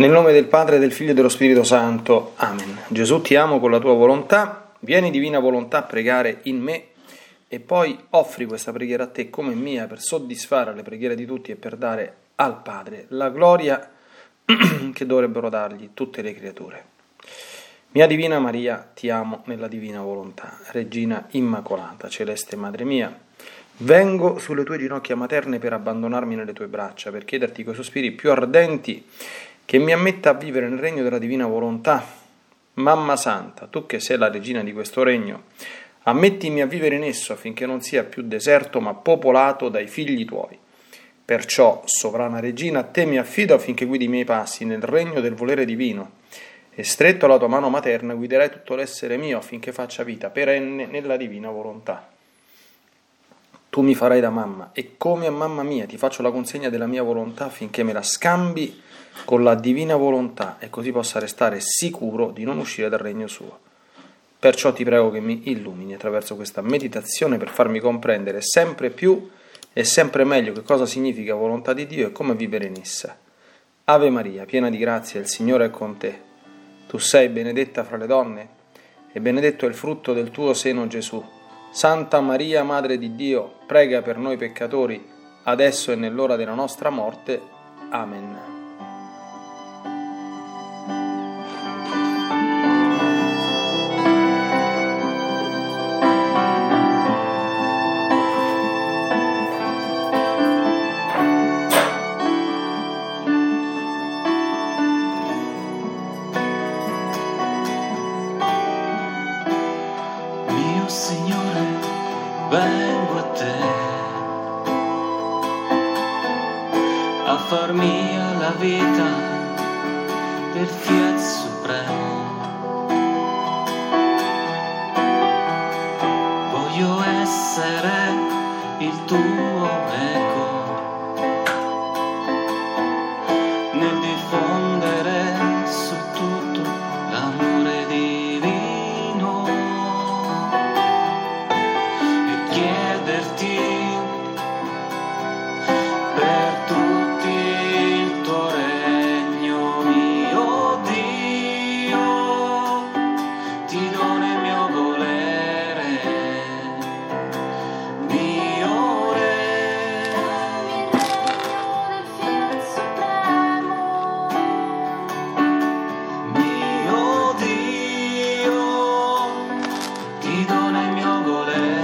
Nel nome del Padre, del Figlio e dello Spirito Santo. Amen. Gesù, ti amo con la tua volontà, vieni divina volontà a pregare in me e poi offri questa preghiera a te come mia per soddisfare le preghiere di tutti e per dare al Padre la gloria che dovrebbero dargli tutte le creature. Mia Divina Maria, ti amo nella divina volontà, Regina Immacolata, Celeste Madre mia, vengo sulle tue ginocchia materne per abbandonarmi nelle tue braccia, per chiederti coi sospiri più ardenti che mi ammetta a vivere nel regno della divina volontà. Mamma Santa, tu che sei la regina di questo regno, ammettimi a vivere in esso affinché non sia più deserto ma popolato dai figli tuoi. Perciò, sovrana regina, a te mi affido affinché guidi i miei passi nel regno del volere divino e stretto alla tua mano materna guiderai tutto l'essere mio affinché faccia vita perenne nella divina volontà. Tu mi farai da mamma e come a mamma mia ti faccio la consegna della mia volontà affinché me la scambi con la divina volontà e così possa restare sicuro di non uscire dal regno suo. Perciò ti prego che mi illumini attraverso questa meditazione per farmi comprendere sempre più e sempre meglio che cosa significa volontà di Dio e come vivere in essa. Ave Maria, piena di grazia, il Signore è con te. Tu sei benedetta fra le donne e benedetto è il frutto del tuo seno Gesù. Santa Maria, Madre di Dio, prega per noi peccatori, adesso e nell'ora della nostra morte. Amen. Vengo a te a far mia la vita del Fiat Supremo. Voglio essere il tuo eco nel diffondere su tutto l'amore divino. Per tutti il tuo regno, mio Dio, ti do nel mio volere, mio Re. Mio Dio, ti do nel mio volere.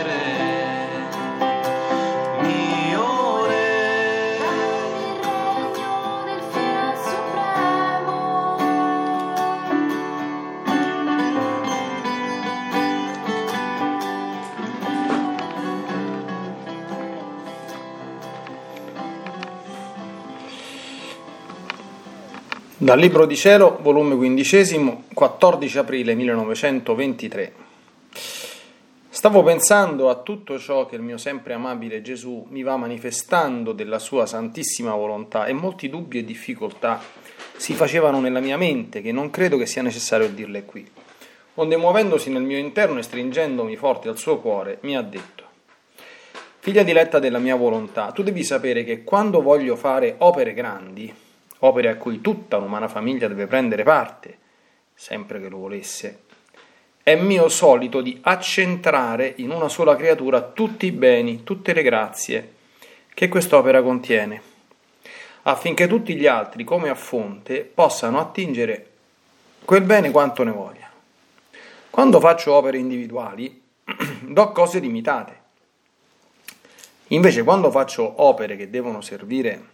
Dal Libro di Cielo, volume 15, 14 aprile 1923. Stavo pensando a tutto ciò che il mio sempre amabile Gesù mi va manifestando della sua santissima volontà e molti dubbi e difficoltà si facevano nella mia mente che non credo che sia necessario dirle qui. Onde muovendosi nel mio interno e stringendomi forte al suo cuore mi ha detto: figlia diletta della mia volontà, tu devi sapere che quando voglio fare opere grandi, opere a cui tutta l'umana famiglia deve prendere parte, sempre che lo volesse, è mio solito di accentrare in una sola creatura tutti i beni, tutte le grazie che quest'opera contiene, affinché tutti gli altri, come a fonte, possano attingere quel bene quanto ne vogliano. Quando faccio opere individuali, do cose limitate. Invece, quando faccio opere che devono servire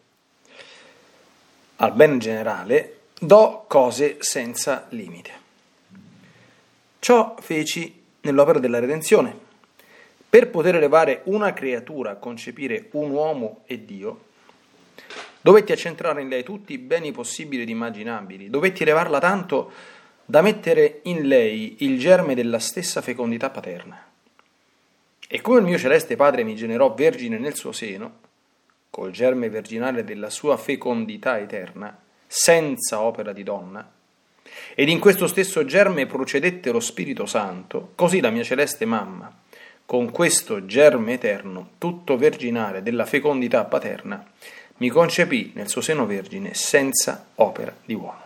al bene generale, do cose senza limite. Ciò feci nell'opera della redenzione. Per poter elevare una creatura a concepire un uomo e Dio, dovetti accentrare in lei tutti i beni possibili ed immaginabili, dovetti elevarla tanto da mettere in lei il germe della stessa fecondità paterna. E come il mio celeste Padre mi generò vergine nel suo seno, col germe virginale della sua fecondità eterna, senza opera di donna, ed in questo stesso germe procedette lo Spirito Santo, così la mia celeste mamma, con questo germe eterno, tutto virginale della fecondità paterna, mi concepì nel suo seno vergine senza opera di uomo.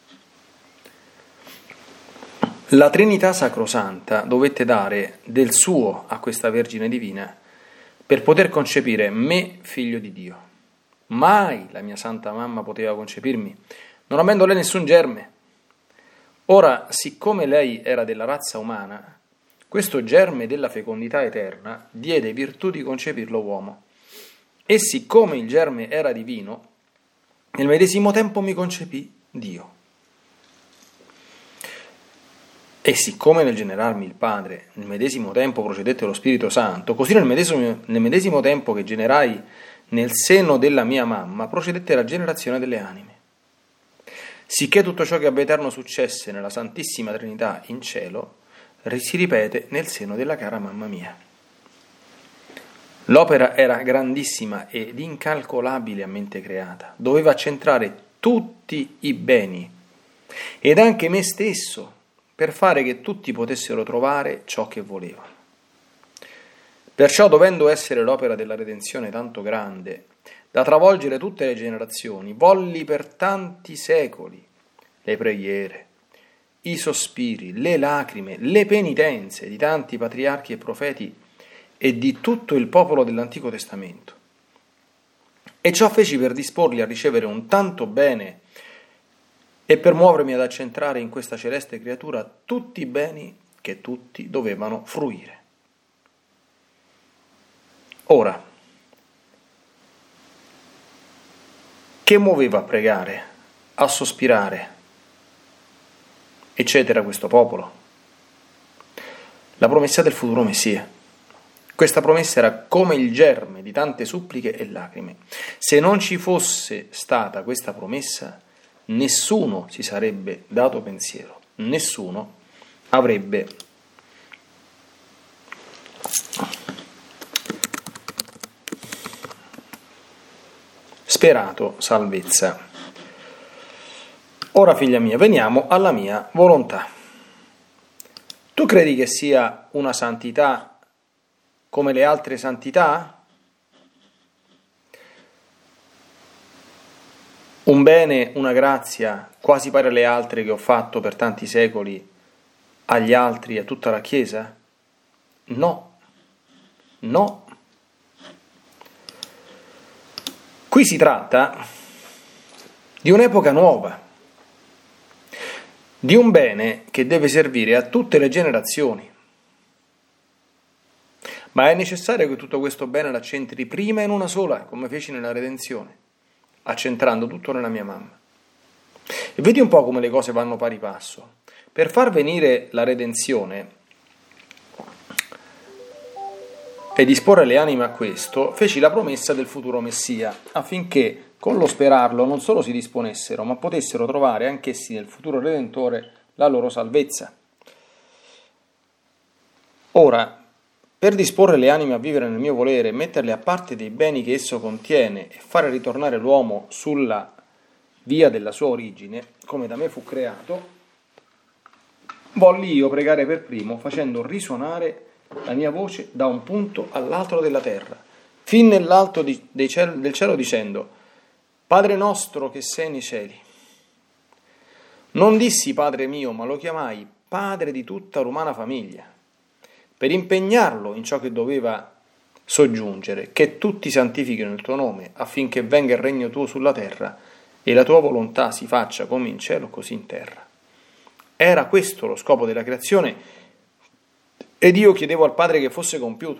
La Trinità Sacrosanta dovette dare del suo a questa Vergine Divina per poter concepire me, figlio di Dio. Mai la mia Santa Mamma poteva concepirmi, non avendo lei nessun germe. Ora, siccome lei era della razza umana, questo germe della fecondità eterna diede virtù di concepirlo uomo. E siccome il germe era divino, nel medesimo tempo mi concepì Dio. E siccome nel generarmi il Padre nel medesimo tempo procedette lo Spirito Santo, così nel medesimo tempo che generai nel seno della mia mamma procedette la generazione delle anime. Sicché tutto ciò che ab eterno successe nella Santissima Trinità in cielo si ripete nel seno della cara mamma mia. L'opera era grandissima ed incalcolabile a mente creata, doveva centrare tutti i beni ed anche me stesso, per fare che tutti potessero trovare ciò che volevano. Perciò, dovendo essere l'opera della redenzione tanto grande da travolgere tutte le generazioni, volli per tanti secoli le preghiere, i sospiri, le lacrime, le penitenze di tanti patriarchi e profeti e di tutto il popolo dell'Antico Testamento. E ciò feci per disporli a ricevere un tanto bene e per muovermi ad accentrare in questa celeste creatura tutti i beni che tutti dovevano fruire. Ora, che muoveva a pregare, a sospirare, eccetera, questo popolo? La promessa del futuro Messia. Questa promessa era come il germe di tante suppliche e lacrime. Se non ci fosse stata questa promessa, nessuno si sarebbe dato pensiero, nessuno avrebbe sperato salvezza. Ora, figlia mia, veniamo alla mia volontà. Tu credi che sia una santità come le altre santità? Un bene, una grazia, quasi pari alle altre che ho fatto per tanti secoli agli altri e a tutta la Chiesa? No, no. Qui si tratta di un'epoca nuova, di un bene che deve servire a tutte le generazioni. Ma è necessario che tutto questo bene l'accentri prima in una sola, come feci nella redenzione, accentrando tutto nella mia mamma. E vedi un po' come le cose vanno pari passo. Per far venire la redenzione e disporre le anime a questo, feci la promessa del futuro Messia, affinché con lo sperarlo non solo si disponessero, ma potessero trovare anch'essi nel futuro Redentore la loro salvezza. Ora, per disporre le anime a vivere nel mio volere, metterle a parte dei beni che esso contiene e fare ritornare l'uomo sulla via della sua origine, come da me fu creato, volli io pregare per primo, facendo risuonare la mia voce da un punto all'altro della terra, fin nell'alto del cielo, dicendo: Padre nostro che sei nei cieli. Non dissi Padre mio, ma lo chiamai Padre di tutta l'umana famiglia, per impegnarlo in ciò che doveva soggiungere, che tutti santifichino il tuo nome, affinché venga il regno tuo sulla terra e la tua volontà si faccia come in cielo così in terra. Era questo lo scopo della creazione ed io chiedevo al Padre che fosse compiuto.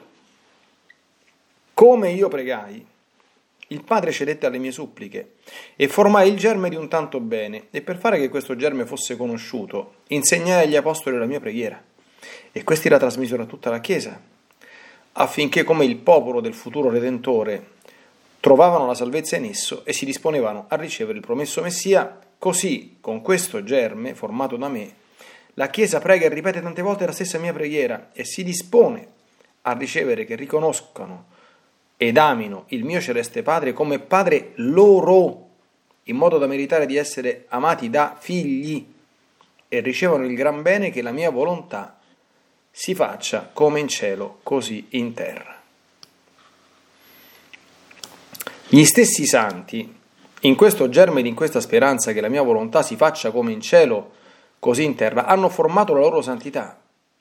Come io pregai, il Padre cedette alle mie suppliche e formai il germe di un tanto bene, e per fare che questo germe fosse conosciuto insegnai agli apostoli la mia preghiera. E questi la trasmisero a tutta la Chiesa, affinché come il popolo del futuro Redentore trovavano la salvezza in esso e si disponevano a ricevere il promesso Messia, così con questo germe formato da me la Chiesa prega e ripete tante volte la stessa mia preghiera e si dispone a ricevere che riconoscano ed amino il mio celeste Padre come Padre loro, in modo da meritare di essere amati da figli, e ricevano il gran bene che la mia volontà si faccia come in cielo, così in terra. Gli stessi santi, in questo germe ed in questa speranza che la mia volontà si faccia come in cielo, così in terra, hanno formato la loro santità.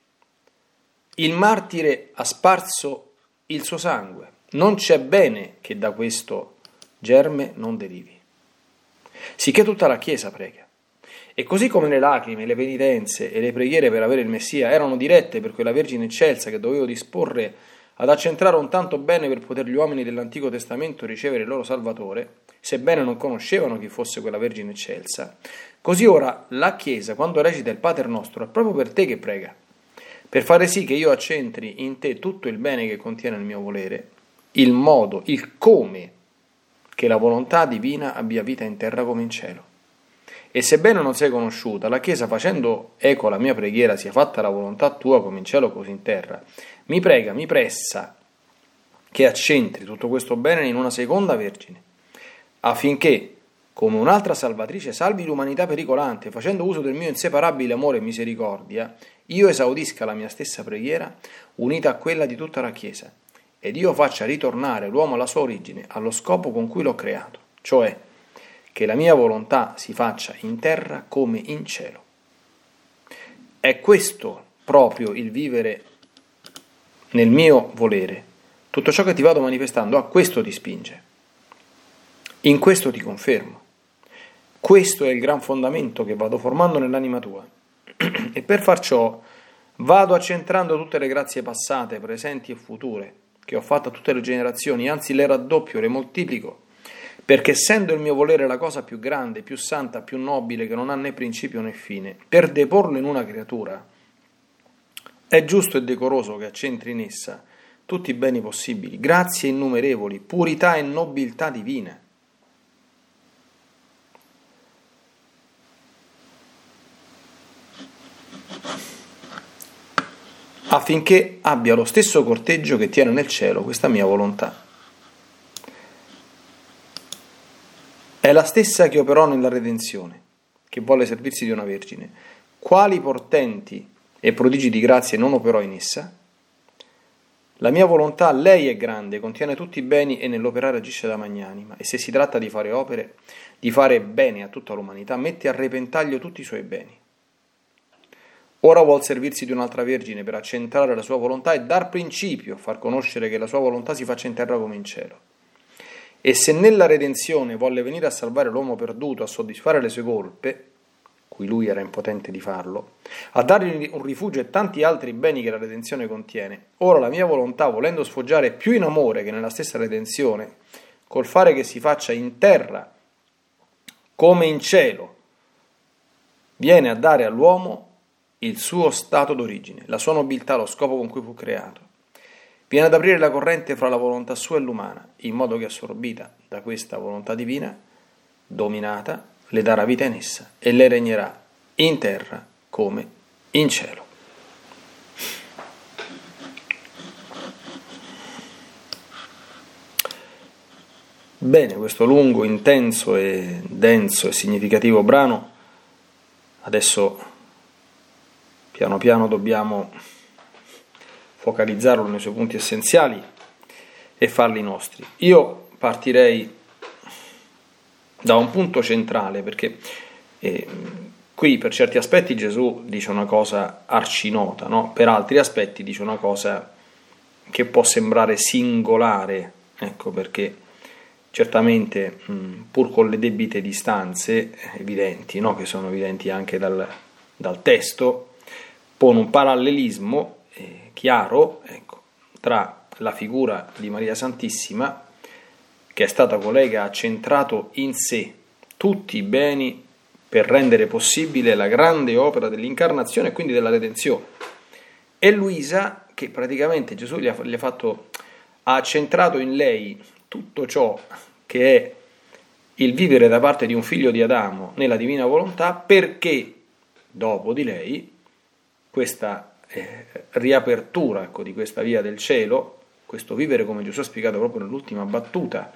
Il martire ha sparso il suo sangue. Non c'è bene che da questo germe non derivi. Sicché tutta la Chiesa prega. E così come le lacrime, le penitenze e le preghiere per avere il Messia erano dirette per quella Vergine eccelsa che doveva disporre ad accentrare un tanto bene per poter gli uomini dell'Antico Testamento ricevere il loro Salvatore, sebbene non conoscevano chi fosse quella Vergine eccelsa, così ora la Chiesa, quando recita il Pater Nostro, è proprio per te che prega, per fare sì che io accentri in te tutto il bene che contiene il mio volere, il modo, il come che la volontà divina abbia vita in terra come in cielo. E sebbene non sei conosciuta, la Chiesa, facendo eco alla mia preghiera, sia fatta la volontà tua come in cielo così in terra, mi prega, mi pressa che accentri tutto questo bene in una seconda Vergine, affinché, come un'altra salvatrice, salvi l'umanità pericolante, facendo uso del mio inseparabile amore e misericordia, io esaudisca la mia stessa preghiera, unita a quella di tutta la Chiesa, ed io faccia ritornare l'uomo alla sua origine, allo scopo con cui l'ho creato, cioè che la mia volontà si faccia in terra come in cielo. È questo proprio il vivere nel mio volere. Tutto ciò che ti vado manifestando a questo ti spinge. In questo ti confermo. Questo è il gran fondamento che vado formando nell'anima tua. E per far ciò vado accentrando tutte le grazie passate, presenti e future che ho fatto a tutte le generazioni, anzi le raddoppio, le moltiplico, perché essendo il mio volere la cosa più grande, più santa, più nobile, che non ha né principio né fine, per deporlo in una creatura, è giusto e decoroso che accentri in essa tutti i beni possibili, grazie innumerevoli, purità e nobiltà divina. Affinché abbia lo stesso corteggio che tiene nel cielo questa mia volontà. È la stessa che operò nella redenzione, che volle servirsi di una vergine. Quali portenti e prodigi di grazie non operò in essa? La mia volontà, lei è grande, contiene tutti i beni e nell'operare agisce da magnanima, e se si tratta di fare opere, di fare bene a tutta l'umanità, mette a repentaglio tutti i suoi beni. Ora vuol servirsi di un'altra vergine per accentrare la sua volontà e dar principio a far conoscere che la sua volontà si faccia in terra come in cielo. E se nella redenzione volle venire a salvare l'uomo perduto, a soddisfare le sue colpe, cui lui era impotente di farlo, a dargli un rifugio e tanti altri beni che la redenzione contiene, ora la mia volontà, volendo sfoggiare più in amore che nella stessa redenzione, col fare che si faccia in terra come in cielo, viene a dare all'uomo il suo stato d'origine, la sua nobiltà, lo scopo con cui fu creato. Viene ad aprire la corrente fra la volontà sua e l'umana, in modo che assorbita da questa volontà divina, dominata, le darà vita in essa e lei regnerà in terra come in cielo. Bene, questo lungo, intenso e denso e significativo brano, adesso piano piano dobbiamo focalizzarlo nei suoi punti essenziali e farli nostri. Io partirei da un punto centrale, perché qui per certi aspetti Gesù dice una cosa arcinota, no? Per altri aspetti dice una cosa che può sembrare singolare, ecco, perché certamente pur con le debite distanze evidenti, no? Che sono evidenti anche dal testo, pone un parallelismo chiaro, ecco, tra la figura di Maria Santissima, che è stata colei che ha centrato in sé tutti i beni per rendere possibile la grande opera dell'incarnazione e quindi della redenzione, e Luisa, che praticamente Gesù ha centrato in lei tutto ciò che è il vivere da parte di un figlio di Adamo nella divina volontà, perché dopo di lei questa riapertura, ecco, di questa via del cielo, questo vivere come Gesù ha spiegato proprio nell'ultima battuta,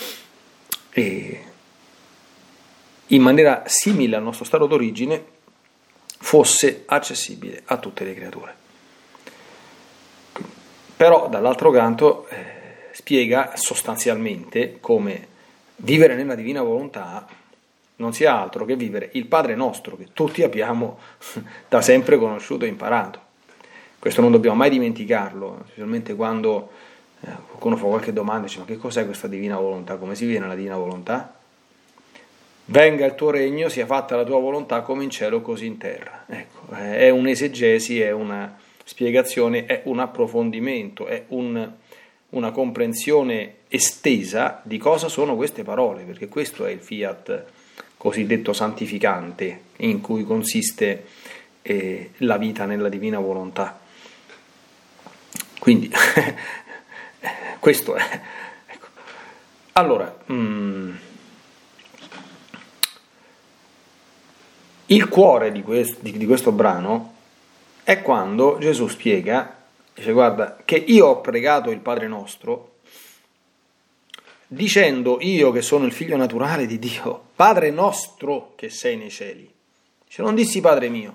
e in maniera simile al nostro stato d'origine, fosse accessibile a tutte le creature. Però dall'altro canto spiega sostanzialmente come vivere nella divina volontà non sia altro che vivere il Padre nostro che tutti abbiamo da sempre conosciuto e imparato. Questo non dobbiamo mai dimenticarlo, specialmente quando qualcuno fa qualche domanda e dice: ma che cos'è questa divina volontà? Come si vive nella divina volontà? Venga il tuo regno, sia fatta la tua volontà come in cielo così in terra. Ecco, è un'esegesi, è una spiegazione, è un approfondimento, è una comprensione estesa di cosa sono queste parole, perché questo è il fiat cosiddetto santificante in cui consiste la vita nella divina volontà. Quindi questo è. Ecco. Allora, il cuore di questo brano è quando Gesù spiega, dice: guarda, che io ho pregato il Padre nostro dicendo, io che sono il figlio naturale di Dio, Padre nostro che sei nei cieli. Dice, non dissi Padre mio.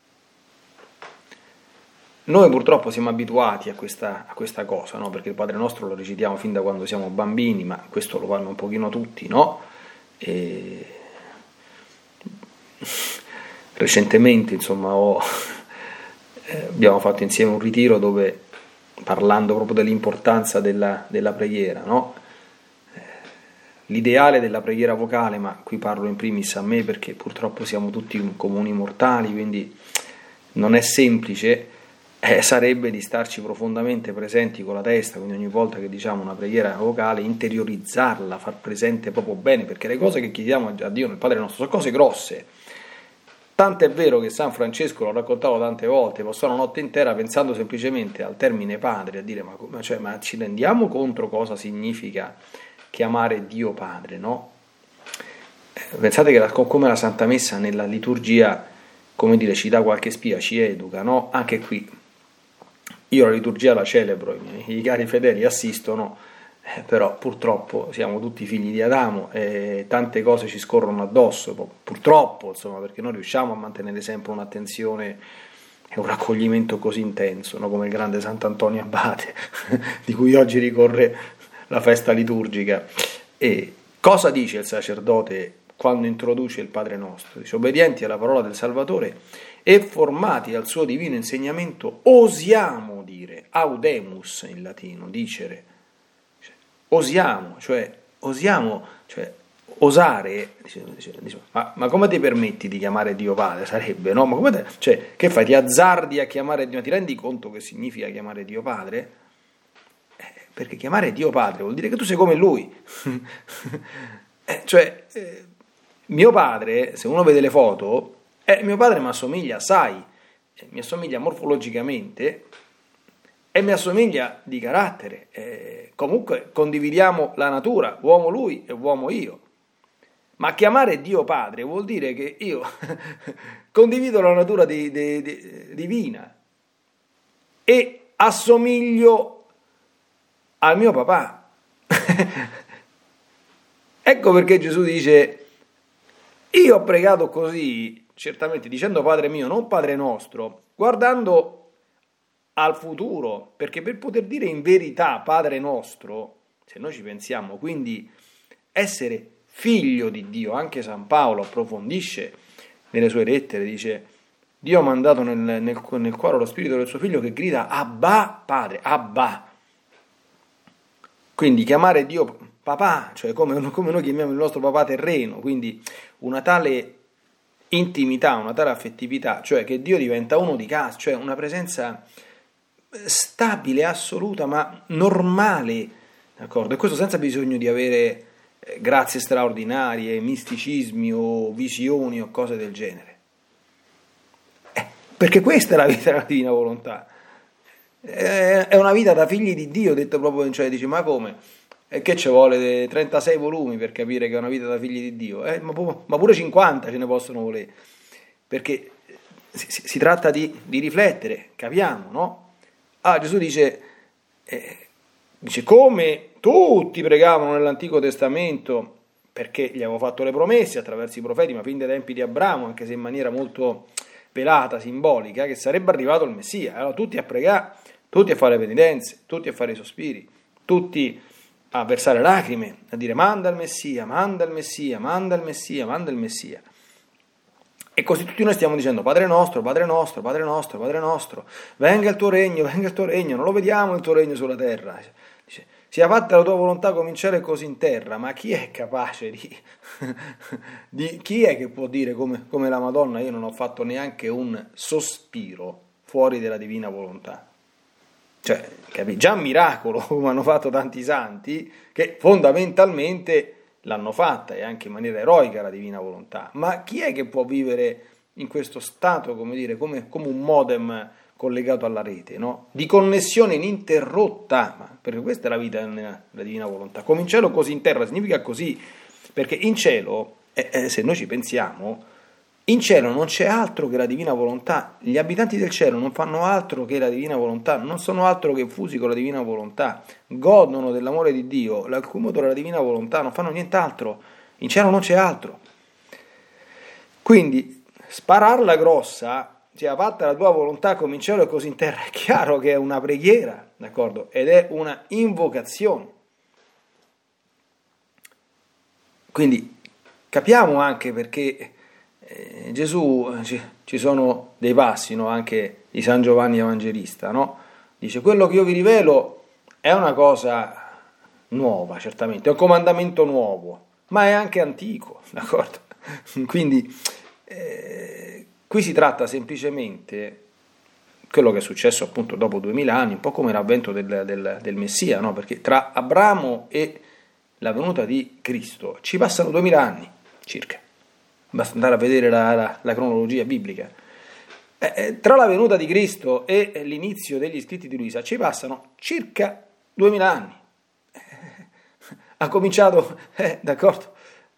Noi purtroppo siamo abituati a questa cosa, no? Perché il Padre nostro lo recitiamo fin da quando siamo bambini, ma questo lo fanno un pochino tutti, no? Recentemente, insomma, abbiamo fatto insieme un ritiro dove, parlando proprio dell'importanza della preghiera, no? L'ideale della preghiera vocale, ma qui parlo in primis a me perché purtroppo siamo tutti comuni mortali, quindi non è semplice, sarebbe di starci profondamente presenti con la testa, quindi ogni volta che diciamo una preghiera vocale interiorizzarla, far presente proprio bene, perché le cose che chiediamo a Dio nel Padre nostro sono cose grosse. Tanto è vero che San Francesco, l'ho raccontato tante volte, passò una notte intera pensando semplicemente al termine Padre, a dire ma ci rendiamo conto cosa significa chiamare Dio Padre, no? Pensate che come la Santa Messa nella liturgia, come dire, ci dà qualche spia, ci educa, no? Anche qui io la liturgia la celebro, i cari fedeli assistono, però purtroppo siamo tutti figli di Adamo e tante cose ci scorrono addosso, purtroppo, insomma, perché non riusciamo a mantenere sempre un'attenzione e un raccoglimento così intenso, no? Come il grande Sant'Antonio Abate, di cui oggi ricorre la festa liturgica. E cosa dice il sacerdote quando introduce il Padre nostro? Dice: obbedienti alla parola del Salvatore e formati al suo divino insegnamento, osiamo dire, audemus in latino, dicere, osiamo, cioè osare, dice, ma come ti permetti di chiamare Dio Padre? Sarebbe, no? Ma come cioè, che fai? Ti azzardi a chiamare Dio? Ma ti rendi conto che significa chiamare Dio Padre? Perché chiamare Dio Padre vuol dire che tu sei come Lui. Mio padre, se uno vede le foto, mio padre mi assomiglia, mi assomiglia morfologicamente e mi assomiglia di carattere. Comunque condividiamo la natura, uomo lui e uomo io. Ma chiamare Dio Padre vuol dire che io condivido la natura divina e assomiglio al mio papà. Ecco perché Gesù dice: io ho pregato così, certamente dicendo Padre mio, non Padre nostro, guardando al futuro, perché per poter dire in verità Padre nostro, se noi ci pensiamo, quindi essere figlio di Dio, anche San Paolo approfondisce nelle sue lettere, dice: Dio ha mandato nel cuore lo spirito del suo figlio che grida Abba Padre, Abba. Quindi chiamare Dio papà, cioè come noi chiamiamo il nostro papà terreno, quindi una tale intimità, una tale affettività, cioè che Dio diventa uno di casa, cioè una presenza stabile, assoluta, ma normale, d'accordo? E questo senza bisogno di avere grazie straordinarie, misticismi o visioni o cose del genere. Perché questa è la vita della divina volontà. È una vita da figli di Dio, detto proprio, cioè dici, ma come? E che ci vuole 36 volumi per capire che è una vita da figli di Dio? Ma pure 50 ce ne possono volere, perché si tratta di riflettere, capiamo, no? Gesù dice come tutti pregavano nell'Antico Testamento, perché gli avevo fatto le promesse attraverso i profeti, ma fin dai tempi di Abramo, anche se in maniera molto velata, simbolica, che sarebbe arrivato il Messia. Allora tutti a pregare, tutti a fare penitenze, tutti a fare i sospiri, tutti a versare lacrime, a dire manda il Messia, manda il Messia, manda il Messia, manda il Messia. E così tutti noi stiamo dicendo Padre nostro, Padre nostro, Padre nostro, Padre nostro, venga il tuo regno, non lo vediamo il tuo regno sulla terra. Dice, sia fatta la tua volontà come in cielo e così in terra, ma chi è capace chi è che può dire come la Madonna, io non ho fatto neanche un sospiro fuori della divina volontà? Cioè, già un miracolo, come hanno fatto tanti santi, che fondamentalmente l'hanno fatta e anche in maniera eroica la divina volontà, ma chi è che può vivere in questo stato, come dire, come un modem collegato alla rete, no? Di connessione ininterrotta, perché questa è la vita nella divina volontà, come in cielo così in terra, significa così, perché in cielo, se noi ci pensiamo, in cielo non c'è altro che la divina volontà, gli abitanti del cielo non fanno altro che la divina volontà, non sono altro che fusi con la divina volontà, godono dell'amore di Dio, l'accumulo della divina volontà, non fanno nient'altro, in cielo non c'è altro. Quindi spararla grossa, sia fatta la tua volontà come in cielo e così in terra, è chiaro che è una preghiera, d'accordo? Ed è una invocazione. Quindi capiamo anche perché Gesù, ci sono dei passi, no? Anche di San Giovanni Evangelista, no? Dice, quello che io vi rivelo è una cosa nuova, certamente, è un comandamento nuovo, ma è anche antico, d'accordo? Quindi qui si tratta semplicemente quello che è successo appunto dopo 2000 anni, un po' come l'avvento del Messia, no? Perché tra Abramo e la venuta di Cristo ci passano 2000 anni circa. Basta andare a vedere la cronologia biblica. Tra la venuta di Cristo e l'inizio degli scritti di Luisa ci passano circa 2000 anni. Ha cominciato, d'accordo?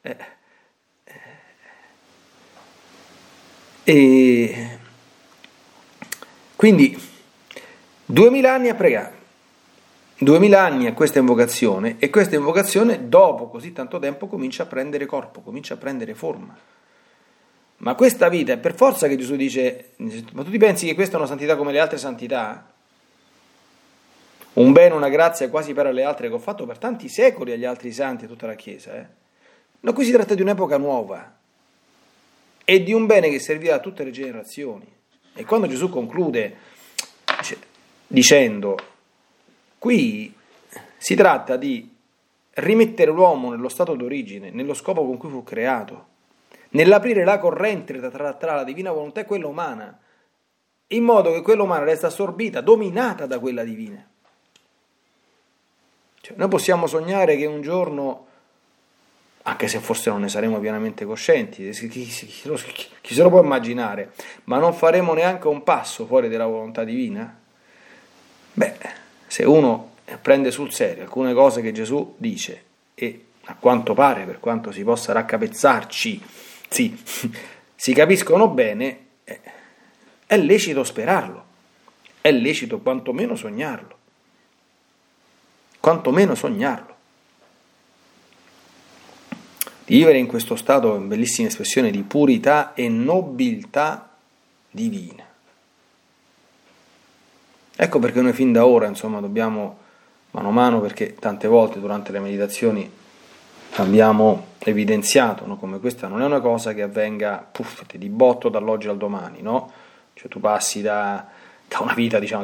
E quindi 2000 anni a pregare, 2000 anni a questa invocazione, e questa invocazione dopo così tanto tempo comincia a prendere corpo, comincia a prendere forma. Ma questa vita è per forza che Gesù dice, ma tu ti pensi che questa è una santità come le altre santità? Un bene, una grazia quasi per le altre che ho fatto per tanti secoli agli altri santi e tutta la Chiesa. No, qui si tratta di un'epoca nuova e di un bene che servirà a tutte le generazioni. E quando Gesù conclude dicendo, qui si tratta di rimettere l'uomo nello stato d'origine, nello scopo con cui fu creato, nell'aprire la corrente tra la divina volontà e quella umana, in modo che quella umana resta assorbita, dominata da quella divina. Cioè, noi possiamo sognare che un giorno, anche se forse non ne saremo pienamente coscienti, chi se lo può immaginare, ma non faremo neanche un passo fuori dalla volontà divina? Beh, se uno prende sul serio alcune cose che Gesù dice, e a quanto pare, per quanto si possa raccapezzarci, sì, si capiscono bene, è lecito sperarlo, è lecito quantomeno sognarlo, di vivere in questo stato, bellissima espressione, di purità e nobiltà divina. Ecco perché noi fin da ora, insomma, dobbiamo mano a mano, perché tante volte durante le meditazioni abbiamo evidenziato, no, come questa non è una cosa che avvenga di botto dall'oggi al domani, no? Cioè tu passi da una vita, diciamo,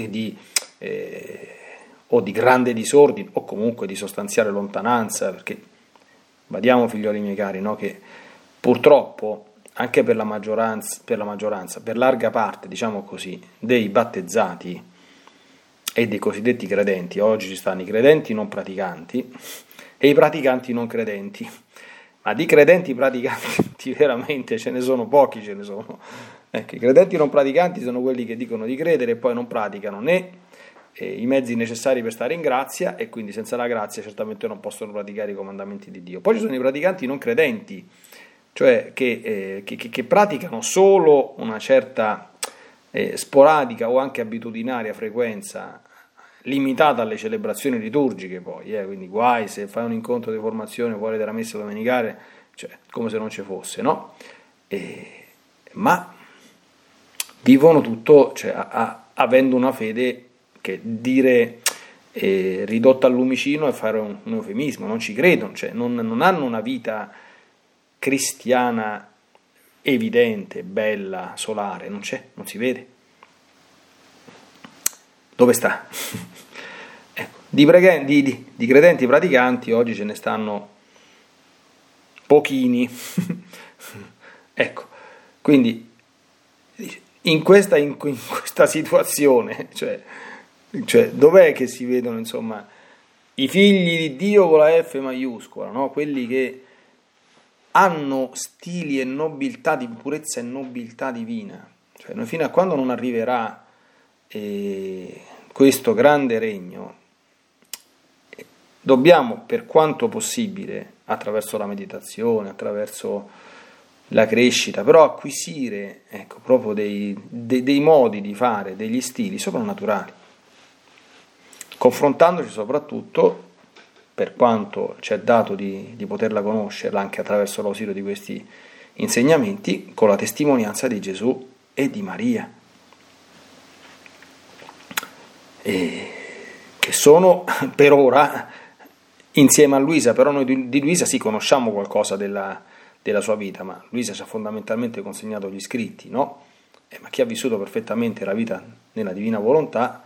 o di grande disordine o comunque di sostanziale lontananza, perché badiamo, figlioli miei cari, no, che purtroppo anche per la maggioranza, per larga parte, diciamo così, dei battezzati e dei cosiddetti credenti, oggi ci stanno i credenti non praticanti e i praticanti non credenti, ma di credenti praticanti veramente ce ne sono pochi, Ecco, i credenti non praticanti sono quelli che dicono di credere e poi non praticano né i mezzi necessari per stare in grazia, e quindi senza la grazia certamente non possono praticare i comandamenti di Dio. Poi ci sono i praticanti non credenti, cioè che praticano solo una certa sporadica o anche abitudinaria frequenza limitata alle celebrazioni liturgiche, poi quindi guai se fai un incontro di formazione fuori dalla messa domenicale, cioè come se non ci fosse, no? Ma vivono tutto, cioè avendo una fede che dire ridotta al lumicino, e fare un eufemismo, non ci credono, cioè non hanno una vita cristiana evidente, bella, solare, non c'è, non si vede. Dove sta? Ecco, di credenti praticanti oggi ce ne stanno pochini. Ecco, quindi in questa situazione, cioè dov'è che si vedono, insomma, i figli di Dio con la F maiuscola, no? Quelli che hanno stili e nobiltà di purezza e nobiltà divina. Cioè, noi fino a quando non arriverà questo grande regno, dobbiamo, per quanto possibile, attraverso la meditazione, attraverso la crescita, però acquisire, ecco, proprio dei modi di fare, degli stili soprannaturali, confrontandoci soprattutto, per quanto ci è dato di poterla conoscerla anche attraverso l'ausilio di questi insegnamenti, con la testimonianza di Gesù e di Maria, che sono per ora insieme a Luisa. Però noi di Luisa sì conosciamo qualcosa della sua vita, ma Luisa ci ha fondamentalmente consegnato gli scritti, no? Ma chi ha vissuto perfettamente la vita nella divina volontà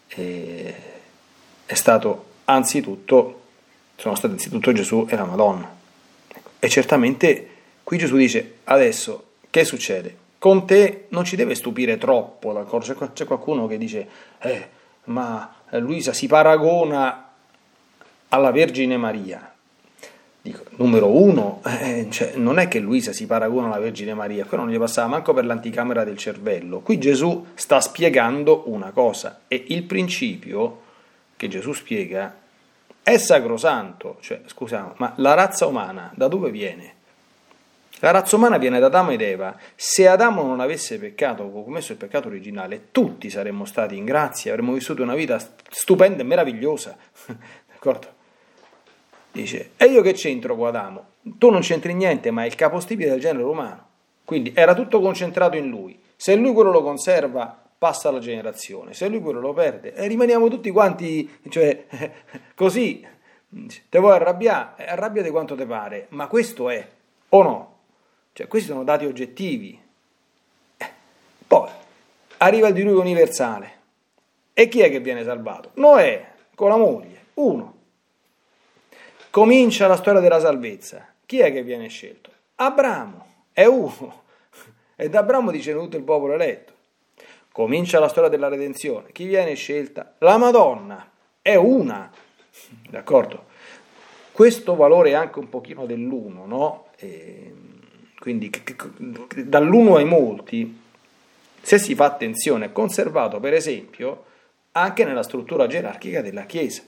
sono stati anzitutto Gesù e la Madonna. E certamente qui Gesù dice: adesso che succede? Con te non ci deve stupire troppo, d'accordo? C'è qualcuno che dice ma Luisa si paragona alla Vergine Maria. Dico, numero uno, non è che Luisa si paragona alla Vergine Maria, quello non gli passava manco per l'anticamera del cervello. Qui Gesù sta spiegando una cosa, e il principio che Gesù spiega è sacrosanto. Cioè, scusiamo, ma la razza umana da dove viene? La razza umana viene da Adamo ed Eva. Se Adamo non avesse peccato o commesso il peccato originale, tutti saremmo stati in grazia, avremmo vissuto una vita stupenda e meravigliosa. D'accordo? Dice, e io che c'entro con Adamo? Tu non c'entri niente, ma è il capostipite del genere umano. Quindi era tutto concentrato in lui. Se lui quello lo conserva, passa la generazione. Se lui quello lo perde, rimaniamo tutti quanti, cioè, così. Te vuoi arrabbiare? Arrabbiate quanto te pare, ma questo è, o no? Cioè, questi sono dati oggettivi. Poi arriva il diluvio universale. E chi è che viene salvato? Noè, con la moglie, uno. Comincia la storia della salvezza. Chi è che viene scelto? Abramo, è uno. E da Abramo dice tutto il popolo eletto. Comincia la storia della redenzione. Chi viene scelta? La Madonna, è una. D'accordo? Questo valore è anche un pochino dell'uno, no? Quindi dall'uno ai molti, se si fa attenzione, è conservato per esempio anche nella struttura gerarchica della Chiesa.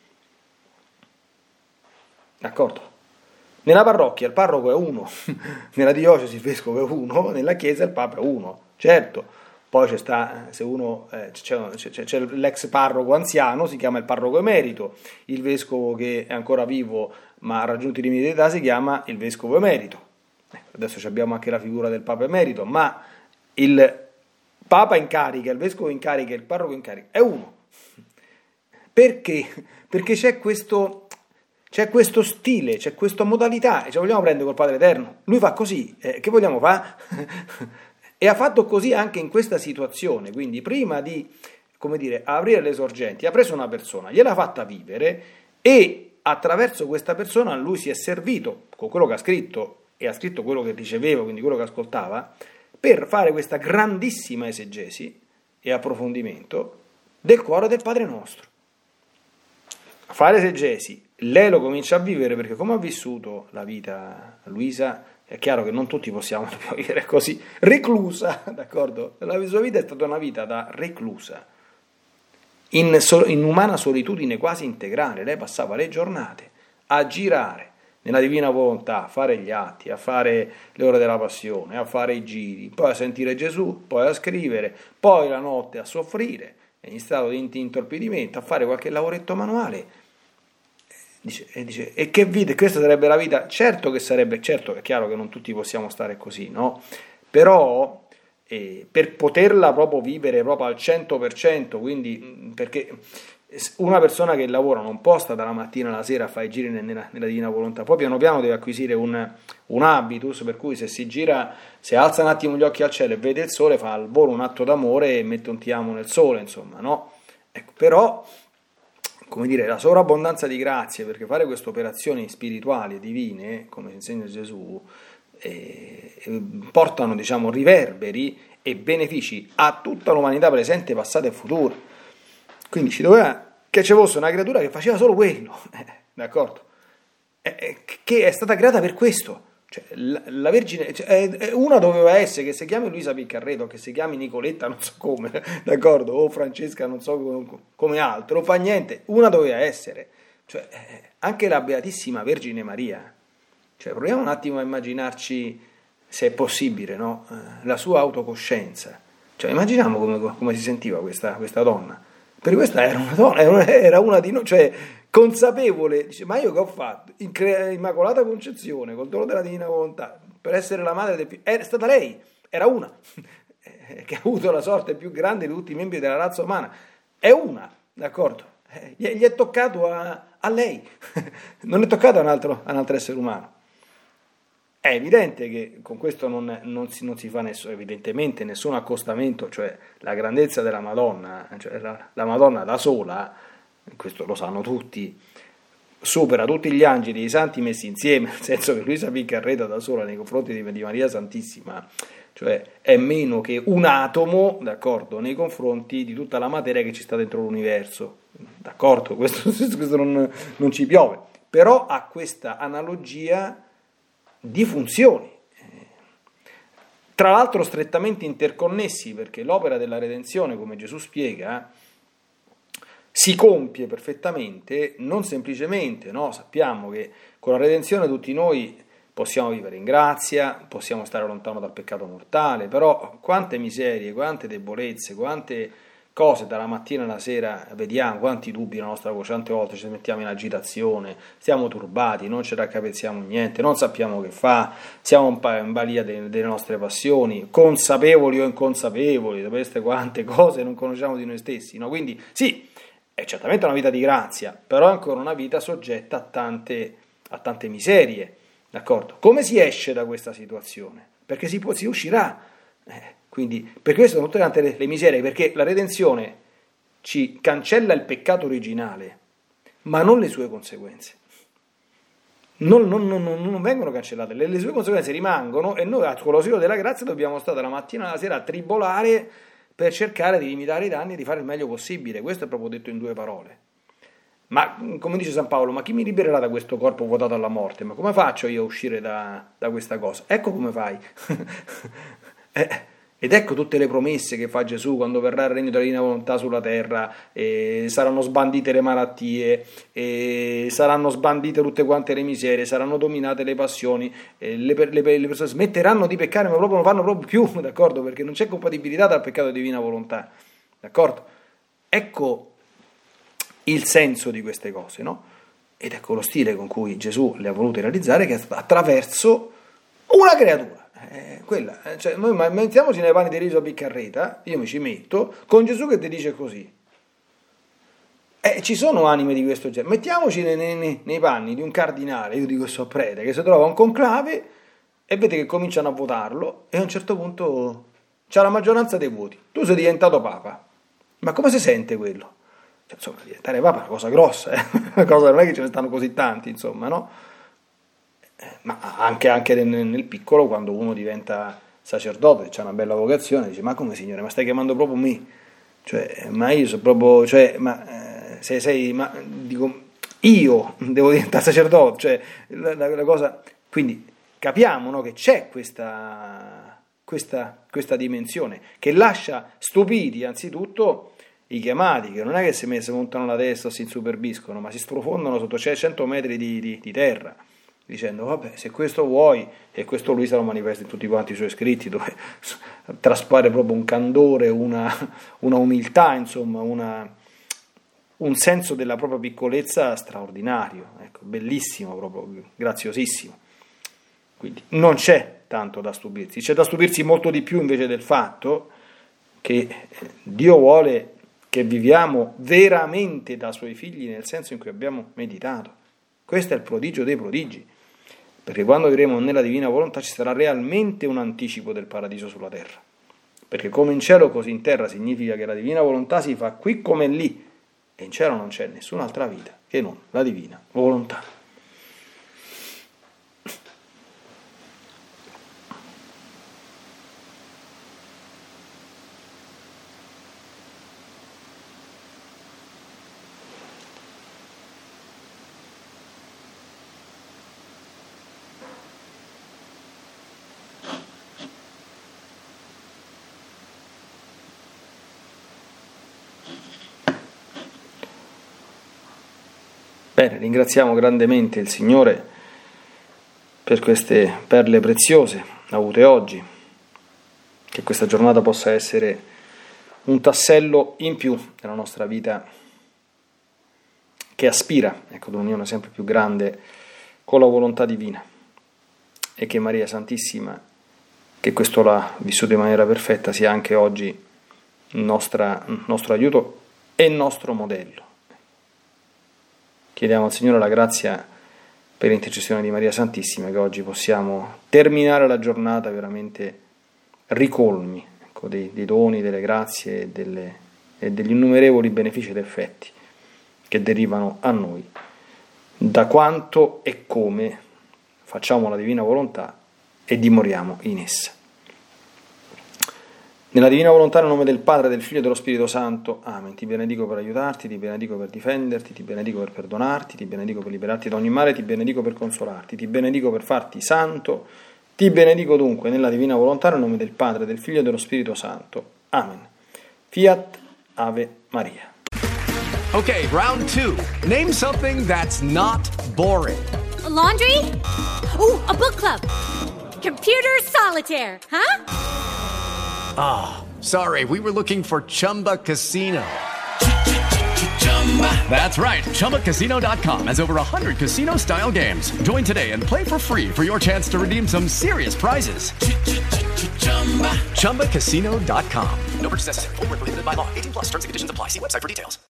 D'accordo? Nella parrocchia il parroco è uno, nella diocesi il vescovo è uno, nella Chiesa il Papa è uno. Certo, poi c'è l'ex parroco anziano, si chiama il parroco emerito, il vescovo che è ancora vivo ma ha raggiunto i limiti di età si chiama il vescovo emerito. Adesso abbiamo anche la figura del Papa emerito, ma il Papa in carica, il vescovo in carica e il parroco in carica è uno. Perché? Perché c'è questo stile, c'è questa modalità, e ce vogliamo prendere col Padre Eterno. Lui fa così, che vogliamo fare? E ha fatto così anche in questa situazione. Quindi prima di, aprire le sorgenti, ha preso una persona, gliel'ha fatta vivere, e attraverso questa persona lui si è servito con quello che ha scritto, e ha scritto quello che riceveva, quindi quello che ascoltava, per fare questa grandissima esegesi e approfondimento del cuore del Padre nostro. A fare esegesi, lei lo comincia a vivere, perché come ha vissuto la vita Luisa, è chiaro che non tutti possiamo vivere così, reclusa, d'accordo? La sua vita è stata una vita da reclusa, in umana solitudine quasi integrale. Lei passava le giornate a girare nella divina volontà, a fare gli atti, a fare le ore della passione, a fare i giri, poi a sentire Gesù, poi a scrivere, poi la notte a soffrire, in stato di intorpidimento, a fare qualche lavoretto manuale. Dice, e che vita? Questa sarebbe la vita? Certo, è chiaro che non tutti possiamo stare così, no? Però per poterla proprio vivere proprio al 100%, quindi perché una persona che lavora non può stare dalla mattina alla sera a fare i giri nella divina volontà, poi piano piano deve acquisire un habitus, per cui se si gira, se alza un attimo gli occhi al cielo e vede il sole, fa al volo un atto d'amore e mette un ti amo nel sole, insomma, no? Ecco, però, come dire, la sovrabbondanza di grazie, perché fare queste operazioni spirituali e divine, come insegna Gesù, portano, diciamo, riverberi e benefici a tutta l'umanità presente, passata e futura. Quindi ci doveva che ci fosse una creatura che faceva solo quello, d'accordo? Che è stata creata per questo. Cioè, la Vergine, una doveva essere, che si chiami Luisa Piccarreto, che si chiami Nicoletta, non so come, d'accordo? O Francesca, non so come altro, non fa niente, una doveva essere. Cioè, anche la Beatissima Vergine Maria. Cioè, proviamo un attimo a immaginarci, se è possibile, no? La sua autocoscienza. Cioè, immaginiamo come si sentiva questa donna. Per questa era una donna, era una di noi, cioè consapevole, dice, ma io che ho fatto? Immacolata Concezione, col dono della Divina Volontà, per essere la madre del figlio, è stata lei, era una, che ha avuto la sorte più grande di tutti i membri della razza umana, è una, d'accordo? Gli è toccato a lei, non è toccato a un altro essere umano. È evidente che con questo non si fa evidentemente nessun accostamento, cioè la grandezza della Madonna, cioè la Madonna da sola, questo lo sanno tutti, supera tutti gli angeli e i santi messi insieme, nel senso che Luisa Piccarreta da sola nei confronti di Maria Santissima, cioè è meno che un atomo, d'accordo, nei confronti di tutta la materia che ci sta dentro l'universo, d'accordo? Questo non ci piove, però ha questa analogia di funzioni, tra l'altro strettamente interconnessi, perché l'opera della redenzione, come Gesù spiega, si compie perfettamente, non semplicemente, no? Sappiamo che con la redenzione tutti noi possiamo vivere in grazia, possiamo stare lontano dal peccato mortale, però quante miserie, quante debolezze, quante cose dalla mattina alla sera vediamo, quanti dubbi nella nostra voce, tante volte ci mettiamo in agitazione, stiamo turbati, non ci raccapezziamo niente, non sappiamo che fa, siamo in balia delle nostre passioni, consapevoli o inconsapevoli, sapete quante cose non conosciamo di noi stessi, no? Quindi sì, è certamente una vita di grazia, però è ancora una vita soggetta a tante miserie, d'accordo? Come si esce da questa situazione? Perché si uscirà. Quindi per questo sono tutte tante le miserie, perché la redenzione ci cancella il peccato originale, ma non le sue conseguenze. Non vengono cancellate, le sue conseguenze rimangono e noi con l'ausilio della grazia dobbiamo stare dalla mattina alla sera a tribolare per cercare di limitare i danni e di fare il meglio possibile. Questo è proprio detto in 2 parole. Ma come dice San Paolo, ma chi mi libererà da questo corpo votato alla morte? Ma come faccio io a uscire da questa cosa? Ecco come fai. Ed ecco tutte le promesse che fa Gesù quando verrà il regno della divina volontà sulla terra, saranno sbandite le malattie, saranno sbandite tutte quante le miserie, saranno dominate le passioni, le persone smetteranno di peccare, ma proprio non fanno proprio più, d'accordo? Perché non c'è compatibilità dal peccato di divina volontà, d'accordo? Ecco il senso di queste cose, no? Ed ecco lo stile con cui Gesù le ha volute realizzare, che è stato attraverso una creatura. Quella, cioè noi mettiamoci nei panni di Luisa Piccarreta, io mi ci metto, con Gesù che ti dice così. Ci sono anime di questo genere, mettiamoci nei panni di un cardinale, io di questo prete, che si trova a un conclave e vede che cominciano a votarlo e a un certo punto c'ha la maggioranza dei voti, tu sei diventato papa, ma come si sente quello? Cioè, insomma, diventare papa è una cosa grossa, una cosa, non è che ce ne stanno così tanti, insomma, no? Ma anche nel piccolo, quando uno diventa sacerdote, c'ha una bella vocazione, dice, ma come Signore, ma stai chiamando proprio me? Cioè, ma io sono proprio, cioè, dico, io devo diventare sacerdote, cioè, la cosa, quindi capiamo, no, che c'è questa dimensione, che lascia stupiti anzitutto i chiamati, che non è che si montano la testa o si insuperbiscono, ma si sprofondano sotto 100 metri di terra, dicendo, vabbè, se questo vuoi, e questo Luisa lo manifesta in tutti quanti i suoi scritti, dove traspare proprio un candore, una umiltà, insomma, un senso della propria piccolezza straordinario, ecco, bellissimo, proprio graziosissimo. Quindi non c'è tanto da stupirsi, c'è da stupirsi molto di più invece del fatto che Dio vuole che viviamo veramente da suoi figli nel senso in cui abbiamo meditato. Questo è il prodigio dei prodigi, perché quando vivremo nella divina volontà ci sarà realmente un anticipo del paradiso sulla terra, perché come in cielo così in terra significa che la divina volontà si fa qui come lì, e in cielo non c'è nessun'altra vita che non la divina volontà. Bene, ringraziamo grandemente il Signore per queste perle preziose avute oggi, che questa giornata possa essere un tassello in più nella nostra vita che aspira, ad un'unione sempre più grande con la volontà divina, e che Maria Santissima, che questo l'ha vissuto in maniera perfetta, sia anche oggi il nostro aiuto e il nostro modello. Chiediamo al Signore la grazia per l'intercessione di Maria Santissima, che oggi possiamo terminare la giornata veramente ricolmi dei doni, delle grazie e degli innumerevoli benefici ed effetti che derivano a noi da quanto e come facciamo la divina volontà e dimoriamo in essa. Nella divina volontà, nel nome del Padre, del Figlio e dello Spirito Santo. Amen. Ti benedico per aiutarti, ti benedico per difenderti, ti benedico per perdonarti, ti benedico per liberarti da ogni male, ti benedico per consolarti, ti benedico per farti santo, ti benedico dunque nella divina volontà, nel nome del Padre, del Figlio e dello Spirito Santo. Amen. Fiat Ave Maria. Okay, round 2. Name something that's not boring. A laundry? Ooh, a book club. Computer solitaire, huh? Sorry, we were looking for Chumba Casino. That's right, ChumbaCasino.com has over 100 casino-style games. Join today and play for free for your chance to redeem some serious prizes. ChumbaCasino.com. No purchase necessary. Void where prohibited by law. 18+ terms and conditions apply. See website for details.